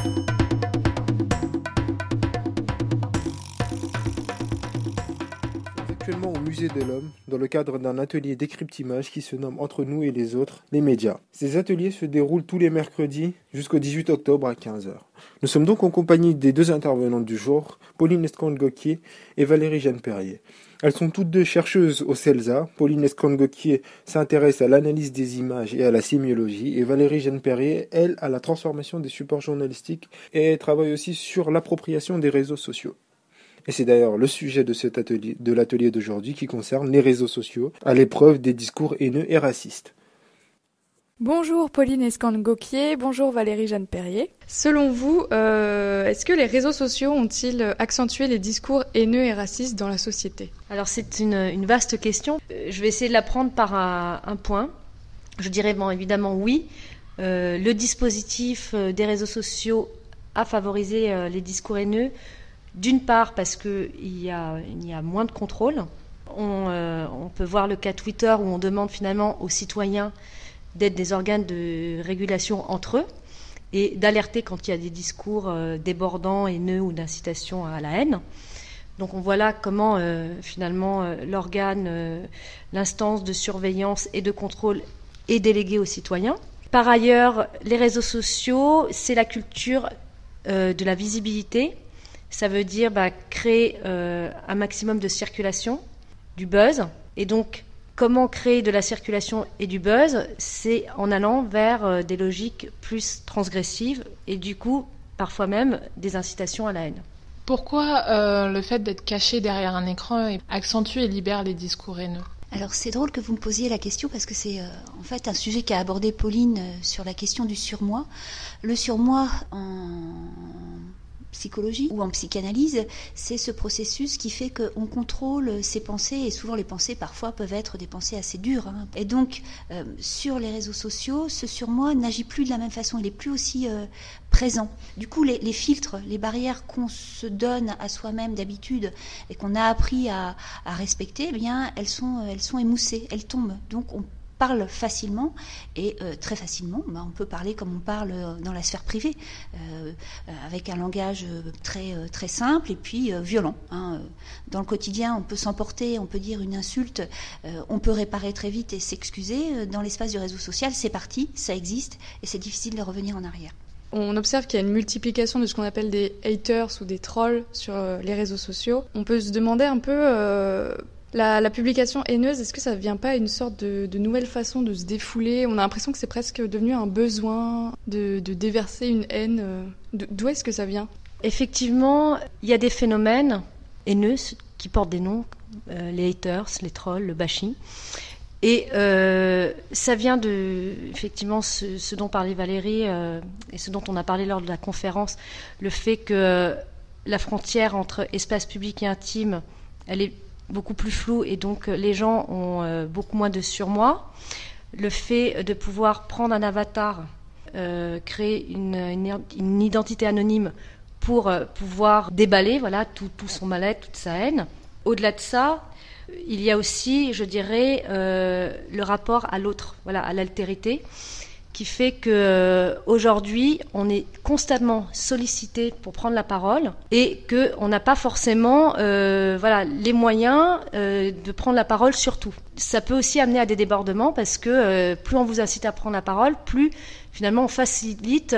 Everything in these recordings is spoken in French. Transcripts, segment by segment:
Actuellement au Musée de l'Homme, dans le cadre d'un atelier décryptimage qui se nomme Entre nous et les autres, les médias. Ces ateliers se déroulent tous les mercredis jusqu'au 18 octobre à 15 h. Nous sommes donc en compagnie des deux intervenantes du jour, Pauline Escande-Gauthier et Valérie Jeanne Perrier. Elles sont toutes deux chercheuses au CELSA. Pauline Escande-Gauthier s'intéresse à l'analyse des images et à la sémiologie, et Valérie Jeanne Perrier, elle, à la transformation des supports journalistiques, et elle travaille aussi sur l'appropriation des réseaux sociaux. Et c'est d'ailleurs le sujet de l'atelier d'aujourd'hui qui concerne les réseaux sociaux à l'épreuve des discours haineux et racistes. Bonjour Pauline Escande-Gauthier, bonjour Valérie Jeanne Perrier. Selon vous, est-ce que les réseaux sociaux ont-ils accentué les discours haineux et racistes dans la société ? Alors c'est une vaste question. Je vais essayer de la prendre par un point. Je dirais évidemment oui. Le dispositif des réseaux sociaux a favorisé les discours haineux. D'une part parce qu'il y a moins de contrôle. On peut voir le cas Twitter où on demande finalement aux citoyens d'être des organes de régulation entre eux et d'alerter quand il y a des discours débordants, haineux ou d'incitation à la haine. Donc on voit là comment finalement l'organe, l'instance de surveillance et de contrôle est déléguée aux citoyens. Par ailleurs, les réseaux sociaux, c'est la culture de la visibilité. Ça veut dire créer un maximum de circulation, du buzz. Et donc, comment créer de la circulation et du buzz ? C'est en allant vers des logiques plus transgressives et du coup, parfois même, des incitations à la haine. Pourquoi le fait d'être caché derrière un écran accentue et libère les discours haineux ? Alors c'est drôle que vous me posiez la question parce que c'est en fait un sujet qu'a abordé Pauline sur la question du surmoi. Le surmoi en psychologie ou en psychanalyse, c'est ce processus qui fait qu'on contrôle ses pensées et souvent les pensées parfois peuvent être des pensées assez dures. Et donc sur les réseaux sociaux, ce surmoi n'agit plus de la même façon, il est plus aussi présent. Du coup, les filtres, les barrières qu'on se donne à soi-même d'habitude et qu'on a appris à respecter, eh bien, elles sont émoussées, elles tombent. Donc on parle facilement et très facilement. On peut parler comme on parle dans la sphère privée, avec un langage très simple et puis violent. Dans le quotidien, on peut s'emporter, on peut dire une insulte, on peut réparer très vite et s'excuser. Dans l'espace du réseau social, c'est parti, ça existe et c'est difficile de revenir en arrière. On observe qu'il y a une multiplication de ce qu'on appelle des haters ou des trolls sur les réseaux sociaux. On peut se demander un peu... La publication haineuse, est-ce que ça ne vient pas à une sorte de nouvelle façon de se défouler ? On a l'impression que c'est presque devenu un besoin de déverser une haine. D'où est-ce que ça vient ? Effectivement, il y a des phénomènes haineux qui portent des noms, les haters, les trolls, le bashing. Et ça vient de, effectivement, ce dont parlait Valérie et ce dont on a parlé lors de la conférence, le fait que la frontière entre espace public et intime, elle est beaucoup plus flou et donc les gens ont beaucoup moins de surmoi. Le fait de pouvoir prendre un avatar, créer une identité anonyme pour pouvoir déballer tout son mal-être, toute sa haine. Au-delà de ça, il y a aussi, je dirais, le rapport à l'autre, à l'altérité, qui fait qu'aujourd'hui, on est constamment sollicité pour prendre la parole et qu'on n'a pas forcément les moyens de prendre la parole sur tout. Ça peut aussi amener à des débordements parce que plus on vous incite à prendre la parole, plus finalement on facilite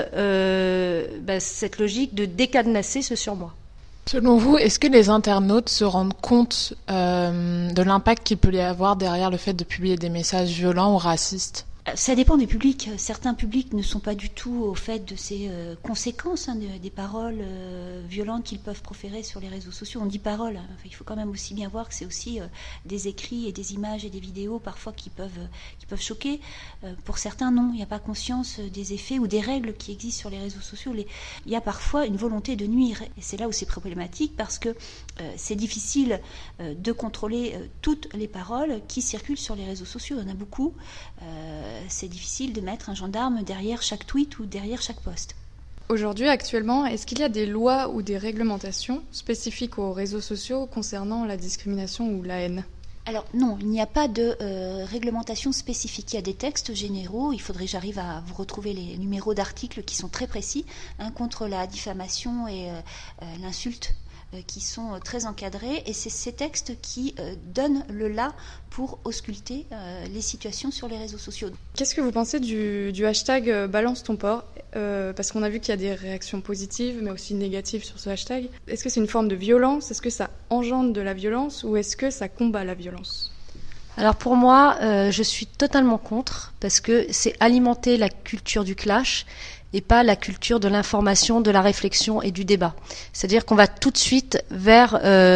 cette logique de décadenasser ce surmoi. Selon vous, est-ce que les internautes se rendent compte de l'impact qu'il peut y avoir derrière le fait de publier des messages violents ou racistes ? Ça dépend des publics. Certains publics ne sont pas du tout au fait de ces conséquences des paroles violentes qu'ils peuvent proférer sur les réseaux sociaux. On dit paroles. Il faut quand même aussi bien voir que c'est aussi des écrits et des images et des vidéos parfois qui peuvent choquer. Pour certains, non. Il n'y a pas conscience des effets ou des règles qui existent sur les réseaux sociaux. Il y a parfois une volonté de nuire. Et c'est là où c'est problématique parce que c'est difficile de contrôler toutes les paroles qui circulent sur les réseaux sociaux. Il y en a beaucoup. C'est difficile de mettre un gendarme derrière chaque tweet ou derrière chaque post. Aujourd'hui, actuellement, est-ce qu'il y a des lois ou des réglementations spécifiques aux réseaux sociaux concernant la discrimination ou la haine ? Alors non, il n'y a pas de réglementation spécifique. Il y a des textes généraux. Il faudrait que j'arrive à vous retrouver les numéros d'articles qui sont très précis contre la diffamation et l'insulte qui sont très encadrés. Et c'est ces textes qui donnent le là pour ausculter les situations sur les réseaux sociaux. Qu'est-ce que vous pensez du hashtag Balance ton porc parce qu'on a vu qu'il y a des réactions positives mais aussi négatives sur ce hashtag. Est-ce que c'est une forme de violence ? Est-ce que ça engendre de la violence ou est-ce que ça combat la violence ? Alors pour moi, je suis totalement contre parce que c'est alimenter la culture du clash et pas la culture de l'information, de la réflexion et du débat. C'est-à-dire qu'on va tout de suite vers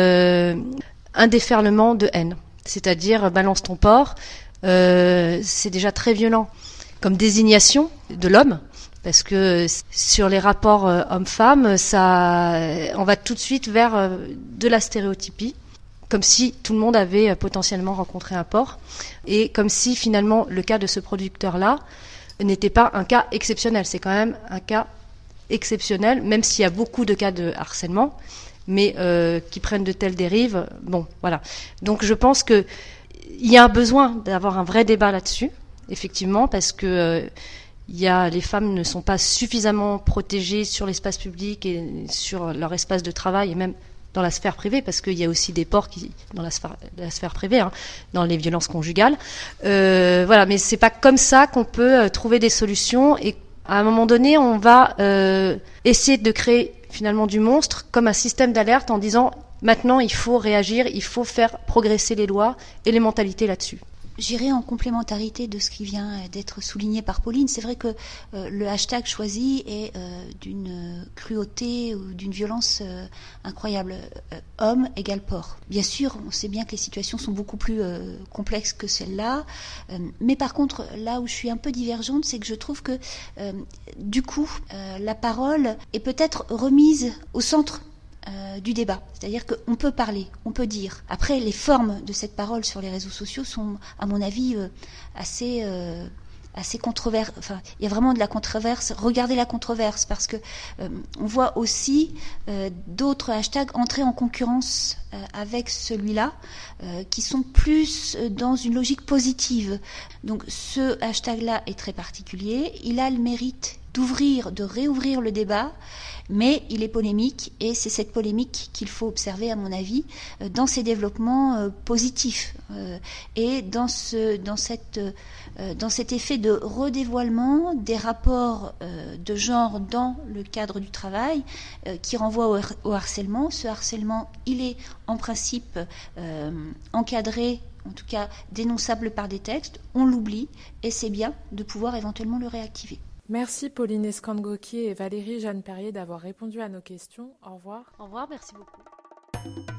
un déferlement de haine. C'est-à-dire balance ton porc, c'est déjà très violent comme désignation de l'homme, parce que sur les rapports hommes-femmes, on va tout de suite vers de la stéréotypie, comme si tout le monde avait potentiellement rencontré un porc, et comme si finalement le cas de ce producteur-là n'était pas un cas exceptionnel. C'est quand même un cas exceptionnel, même s'il y a beaucoup de cas de harcèlement, mais qui prennent de telles dérives. Bon, voilà. Donc je pense que il y a un besoin d'avoir un vrai débat là-dessus, effectivement, parce que les femmes ne sont pas suffisamment protégées sur l'espace public et sur leur espace de travail et même dans la sphère privée, parce qu'il y a aussi des porcs dans la sphère privée, dans les violences conjugales. Voilà, mais c'est pas comme ça qu'on peut trouver des solutions. Et à un moment donné, on va essayer de créer finalement du monstre comme un système d'alerte en disant maintenant il faut réagir, il faut faire progresser les lois et les mentalités là-dessus. J'irai en complémentarité de ce qui vient d'être souligné par Pauline. C'est vrai que le hashtag choisi est d'une cruauté ou d'une violence incroyable. Homme égale porc. Bien sûr, on sait bien que les situations sont beaucoup plus complexes que celle-là. Mais par contre, là où je suis un peu divergente, c'est que je trouve que du coup, la parole est peut-être remise au centre du débat. C'est-à-dire qu'on peut parler, on peut dire. Après, les formes de cette parole sur les réseaux sociaux sont, à mon avis, assez controversées. Enfin, il y a vraiment de la controverse. Regardez la controverse, parce que on voit aussi d'autres hashtags entrer en concurrence avec celui-là, qui sont plus dans une logique positive. Donc, ce hashtag-là est très particulier. Il a le mérite de réouvrir le débat, mais il est polémique et c'est cette polémique qu'il faut observer, à mon avis, dans ses développements positifs et dans cet effet de redévoilement des rapports de genre dans le cadre du travail qui renvoie au harcèlement. Ce harcèlement, il est en principe encadré, en tout cas dénonçable par des textes. On l'oublie et c'est bien de pouvoir éventuellement le réactiver. Merci Pauline Escangoki et Valérie Jeanne Perrier d'avoir répondu à nos questions. Au revoir. Au revoir, merci beaucoup.